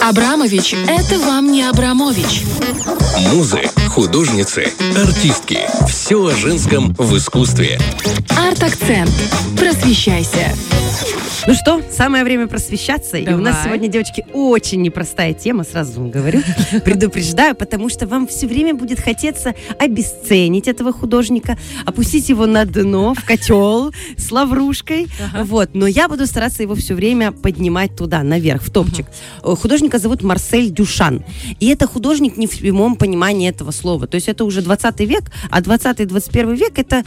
Абрамович – это вам не Абрамович. Музы, художницы, артистки. Все о женском в искусстве. Арт-акцент. Просвещайся. Ну что, самое время просвещаться. Давай. И у нас сегодня, девочки, очень непростая тема, сразу вам говорю, предупреждаю, потому что вам все время будет хотеться обесценить этого художника, опустить его на дно, в котел с лаврушкой. Вот. Но я буду стараться его все время поднимать туда, наверх, в топчик. Художника зовут Марсель Дюшан. И это художник не в прямом понимании этого слова. То есть это уже 20 век, а 20-21 век это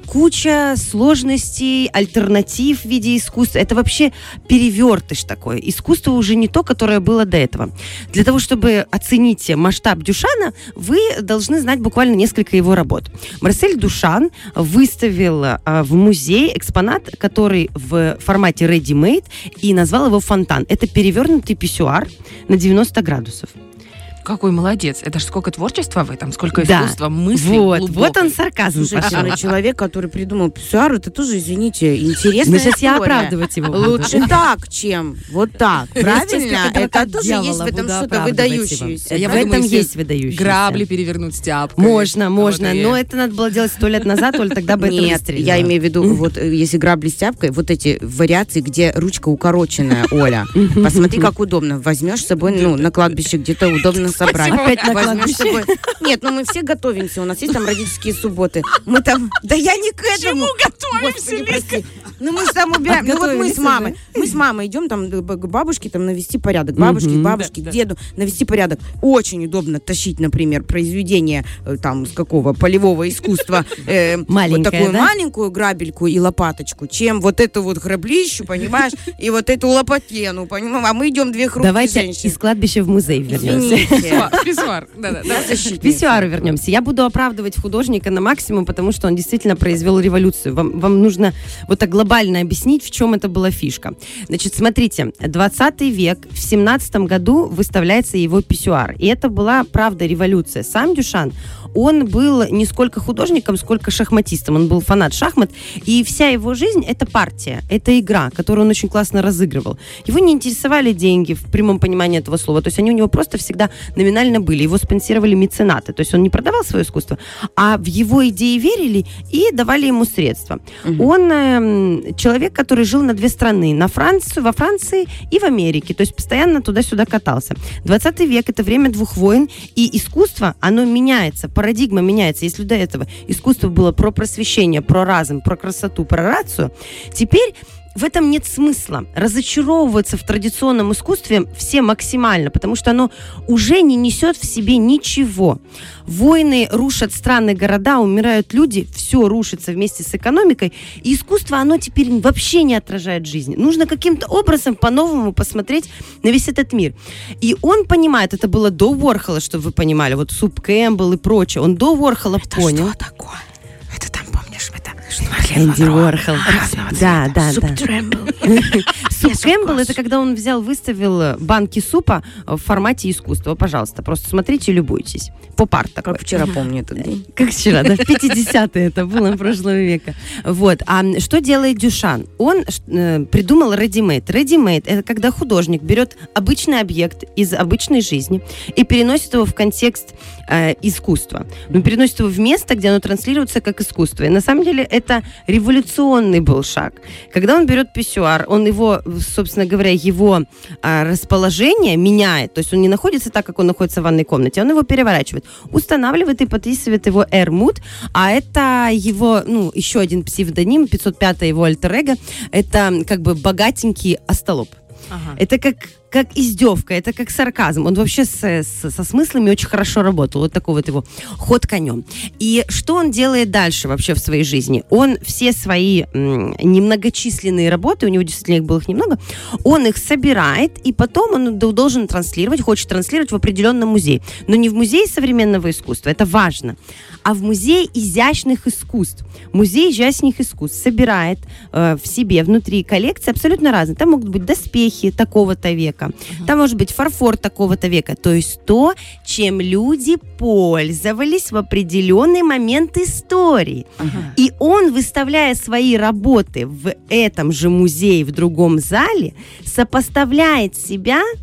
куча сложностей, альтернатив в виде искусства. Это вообще перевертыш такой. Искусство уже не то, которое было до этого. Для того, чтобы оценить масштаб Дюшана, вы должны знать буквально несколько его работ. Марсель Дюшан выставил в музей экспонат, который в формате ready-made, и назвал его «Фонтан». Это перевернутый писсуар на 90 градусов. Какой молодец. Это же сколько творчества в этом, сколько искусства, мыслей глубокой. Вот он сарказм. Слушай, человек, который придумал писсуар, это тоже, извините, интересная Но сейчас история. я оправдывать его буду. Лучше так, чем вот так. Правильно? Этого Это как тоже дьявола есть в этом буду что-то оправдывать выдающееся. его. В Я этом подумаю, есть выдающееся. Грабли перевернуть стяпкой. Можно, но это надо было делать 100 лет назад, Оль, тогда бы это Нет, выстрелило. я имею в виду, вот если грабли с тяпкой, вот эти вариации, где ручка укороченная, Оля. Посмотри, как удобно. Возьмешь с собой, на кладбище где-то удобно собрать. Опять на Возьмешь с кладбище. собой. Нет, мы все готовимся, у нас есть там родительские субботы. Мы там, да я не к этому. Господи, прости. Ну мы же там убираем, вот мы с мамой идем там к бабушке там навести порядок. Бабушке, к деду навести порядок. Очень удобно тащить, например, произведение там с какого полевого искусства, вот такую маленькую грабельку и лопаточку, чем вот эту вот граблищу, понимаешь, и вот эту лопатену, понимаешь, а мы идем две хрупкие Давайте женщины. из кладбища в музей вернемся. Извините. Писсуар. Да. К писсуару вернемся. Я буду оправдывать художника на максимум, потому что он действительно произвел революцию. Вам нужно вот так глобально объяснить, в чем это была фишка. Значит, смотрите, 20 век, в 17 году выставляется его писсуар. И это была, правда, революция. Сам Дюшан, он был не сколько художником, сколько шахматистом. Он был фанат шахмат. И вся его жизнь — это партия, это игра, которую он очень классно разыгрывал. Его не интересовали деньги в прямом понимании этого слова. То есть они у него просто всегда номинально были. Его спонсировали меценаты. То есть он не продавал свое искусство, а в его идеи верили и давали ему средства. Он человек, который жил на две страны. Во Франции и в Америке. То есть постоянно туда-сюда катался. 20 век — это время двух войн. И искусство, оно меняется. Парадигма меняется. Если до этого искусство было про просвещение, про разум, про красоту, про рацию, теперь в этом нет смысла. Разочаровываться в традиционном искусстве все максимально, потому что оно уже не несет в себе ничего. Войны рушат страны, города, умирают люди, все рушится вместе с экономикой, и искусство, оно теперь вообще не отражает жизнь. Нужно каким-то образом по-новому посмотреть на весь этот мир. И он понимает, это было до Уорхола, чтобы вы понимали, вот Суп Кэмпбелл и прочее, он до Уорхола понял. Что такое? Это там, помнишь, это... Энди Уорхол. Да. Суп Кэмпбелл. Суп Кэмпбелл — это когда он выставил банки супа в формате искусства. Пожалуйста, просто смотрите и любуйтесь. Поп-арт такой. Как вчера помню этот день. Как вчера, да, в 50-е это было прошлого века. Вот. А что делает Дюшан? Он придумал ready-made. Ready-made — это когда художник берет обычный объект из обычной жизни и переносит его в контекст искусства. Он переносит его в место, где оно транслируется как искусство. И на самом деле это революционный был шаг. Когда он берет писсуар, он его, собственно говоря, его расположение меняет. То есть он не находится так, как он находится в ванной комнате. Он его переворачивает, устанавливает и подписывает его Эрмут. А это его, еще один псевдоним, 505 его альтер-эго. Это как бы богатенький остолоп. Ага. Это как издевка, это как сарказм. Он вообще со смыслами очень хорошо работал. Вот такой вот его ход конем. И что он делает дальше вообще в своей жизни? Он все свои немногочисленные работы, у него действительно их было их немного, он их собирает, и потом он должен хочет транслировать в определенном музее. Но не в музее современного искусства, это важно, а в музее изящных искусств. Музей изящных искусств собирает в себе внутри коллекции абсолютно разные. Там могут быть доспехи такого-то века, там может быть фарфор такого-то века. То есть то, чем люди пользовались в определенный момент истории. И он, выставляя свои работы в этом же музее, в другом зале, сопоставляет себя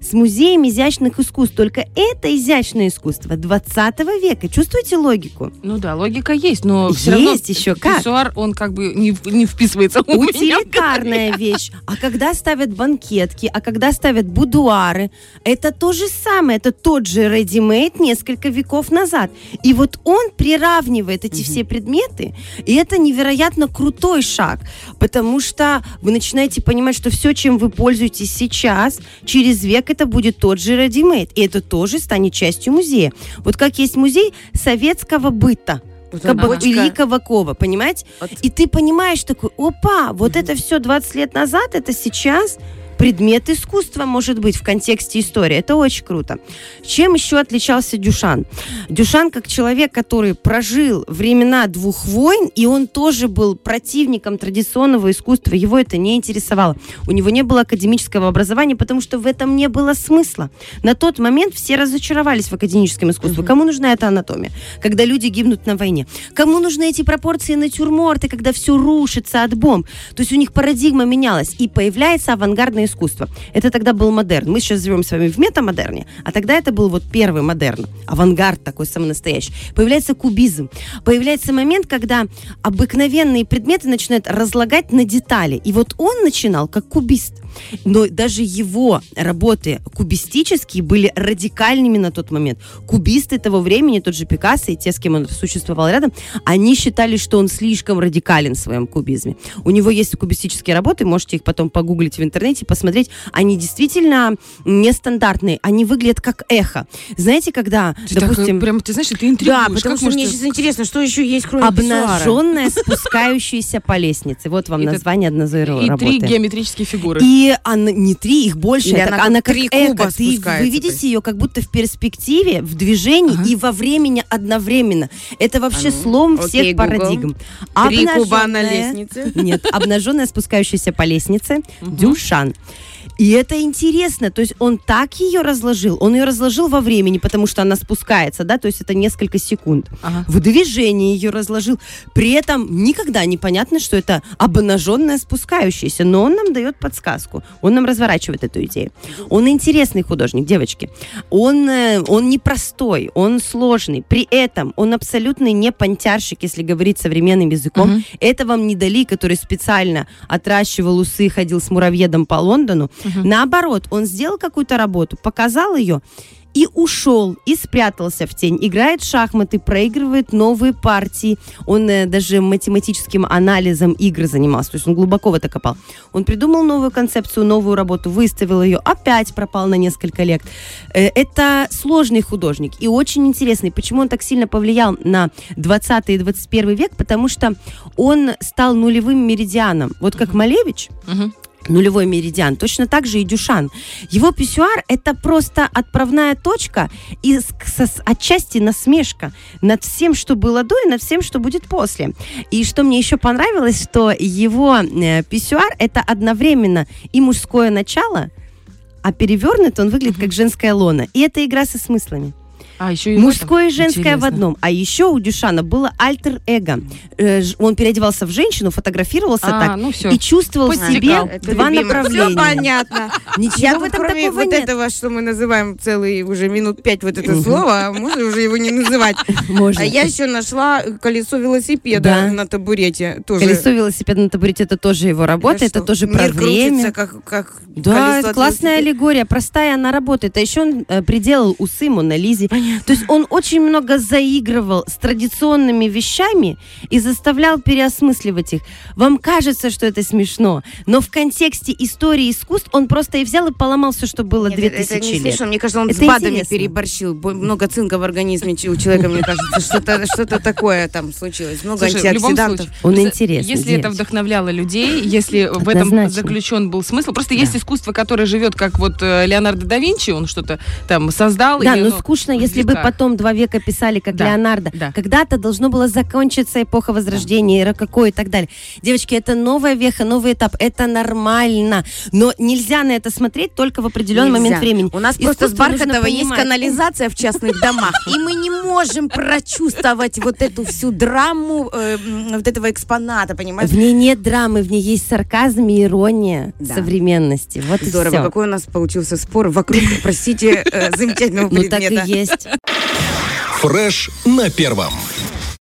с музеем изящных искусств. Только это изящное искусство 20 века. Чувствуете логику? Ну да, логика есть, но все равно еще как. писсуар, он как бы не вписывается у меня. Утилитарная вещь. А когда ставят банкетки, а когда ставят будуары, это то же самое, это тот же ready-made несколько веков назад. И вот он приравнивает эти все предметы, и это невероятно крутой шаг, потому что вы начинаете понимать, что все, чем вы пользуетесь сейчас, через век это будет тот же ready-made, и это тоже станет частью музея. Вот как есть музей советского быта, великого кова, понимаете? И ты понимаешь такой, опа, вот это все 20 лет назад, это сейчас предмет искусства может быть в контексте истории. Это очень круто. Чем еще отличался Дюшан? Дюшан как человек, который прожил времена двух войн, и он тоже был противником традиционного искусства. Его это не интересовало. У него не было академического образования, потому что в этом не было смысла. На тот момент все разочаровались в академическом искусстве. Кому нужна эта анатомия, когда люди гибнут на войне? Кому нужны эти пропорции натюрморты, когда все рушится от бомб? То есть у них парадигма менялась, и появляется авангардное искусство. Это тогда был модерн. Мы сейчас живем с вами в метамодерне, а тогда это был вот первый модерн. Авангард такой самонастоящий. Появляется кубизм. Появляется момент, когда обыкновенные предметы начинают разлагать на детали. И вот он начинал как кубист. Но даже его работы кубистические были радикальными на тот момент. Кубисты того времени, тот же Пикассо и те, с кем он существовал рядом, они считали, что он слишком радикален в своем кубизме. У него есть кубистические работы, можете их потом погуглить в интернете, посмотреть. Они действительно нестандартные. Они выглядят как эхо. Знаете, когда, ты допустим... Прям, ты знаешь, ты интригуешь. Да, потому что мне сейчас интересно, что еще есть, кроме обнаженная спускающаяся по лестнице. Вот вам название одной работы. И 3 геометрические фигуры. И она, не 3, их больше. Или она как как 3 куба эко. Вы видите ее как будто в перспективе, в движении и во времени одновременно. Это вообще слом всех парадигм. 3 куба на лестнице. Нет, обнаженная спускающаяся по лестнице Дюшан. И это интересно, то есть он так ее разложил, он ее разложил во времени, потому что она спускается, да, то есть это несколько секунд. В движении ее разложил, при этом никогда не понятно, что это обнаженная спускающаяся, но он нам дает подсказку, он нам разворачивает эту идею. Он интересный художник, девочки, он непростой, он сложный, при этом он абсолютно не понтярщик, если говорить современным языком. Это вам не Дали, который специально отращивал усы, ходил с муравьедом по Лондону. Наоборот, он сделал какую-то работу, показал ее и ушел, и спрятался в тень. Играет в шахматы, проигрывает новые партии. Он даже математическим анализом игр занимался. То есть он глубоко в это копал. Он придумал новую концепцию, новую работу, выставил ее, опять пропал на несколько лет. Это сложный художник и очень интересный. Почему он так сильно повлиял на 20 и 21 век? Потому что он стал нулевым меридианом. Вот как Малевич... нулевой меридиан. Точно так же и Дюшан. Его писсуар – это просто отправная точка и отчасти насмешка над всем, что было до, и над всем, что будет после. И что мне еще понравилось, что его писсуар – это одновременно и мужское начало, а перевернут он выглядит как женская лона. И это игра со смыслами. Еще и мужское и женское в одном. А еще у Дюшана было альтер-эго. Он переодевался в женщину, фотографировался так и чувствовал в себе два направления. Все понятно. Ничего в этом кроме такого вот нет. этого, что мы называем целый уже минут 5 вот это слово, можно уже его не называть. Можно. А я еще нашла колесо велосипеда на табурете. Тоже. Колесо велосипеда на табурете — это тоже его работа, это тоже про время. Как да, это классная аллегория, простая она работает. А еще он приделал усы Моны Лизе. То есть он очень много заигрывал с традиционными вещами и заставлял переосмысливать их. Вам кажется, что это смешно, но в контексте истории искусств он просто и взял и поломал все, что было 2000 это не лет. смешно. Мне кажется, он это с БАДами интересно. переборщил. Много цинка в организме у человека, мне кажется. Что-то такое там случилось. Много антиоксидантов. Он интересный. Если это вдохновляло людей, если в этом заключен был смысл. Просто есть искусство, которое живет, как вот Леонардо да Винчи, он что-то там создал. Да, но скучно, если если бы потом 2 века писали, как Леонардо, когда-то должно было закончиться эпоха Возрождения, рококо и так далее. Девочки, это новая веха, новый этап, это нормально. Но нельзя на это смотреть только в определенный момент времени. У нас просто с Бархатова есть канализация в частных домах, и мы не можем прочувствовать вот эту всю драму вот этого экспоната, понимаете? В ней нет драмы, в ней есть сарказм и ирония современности. Вот здорово, какой у нас получился спор вокруг, простите, замечательного предмета. Ну так и есть. Фреш на первом.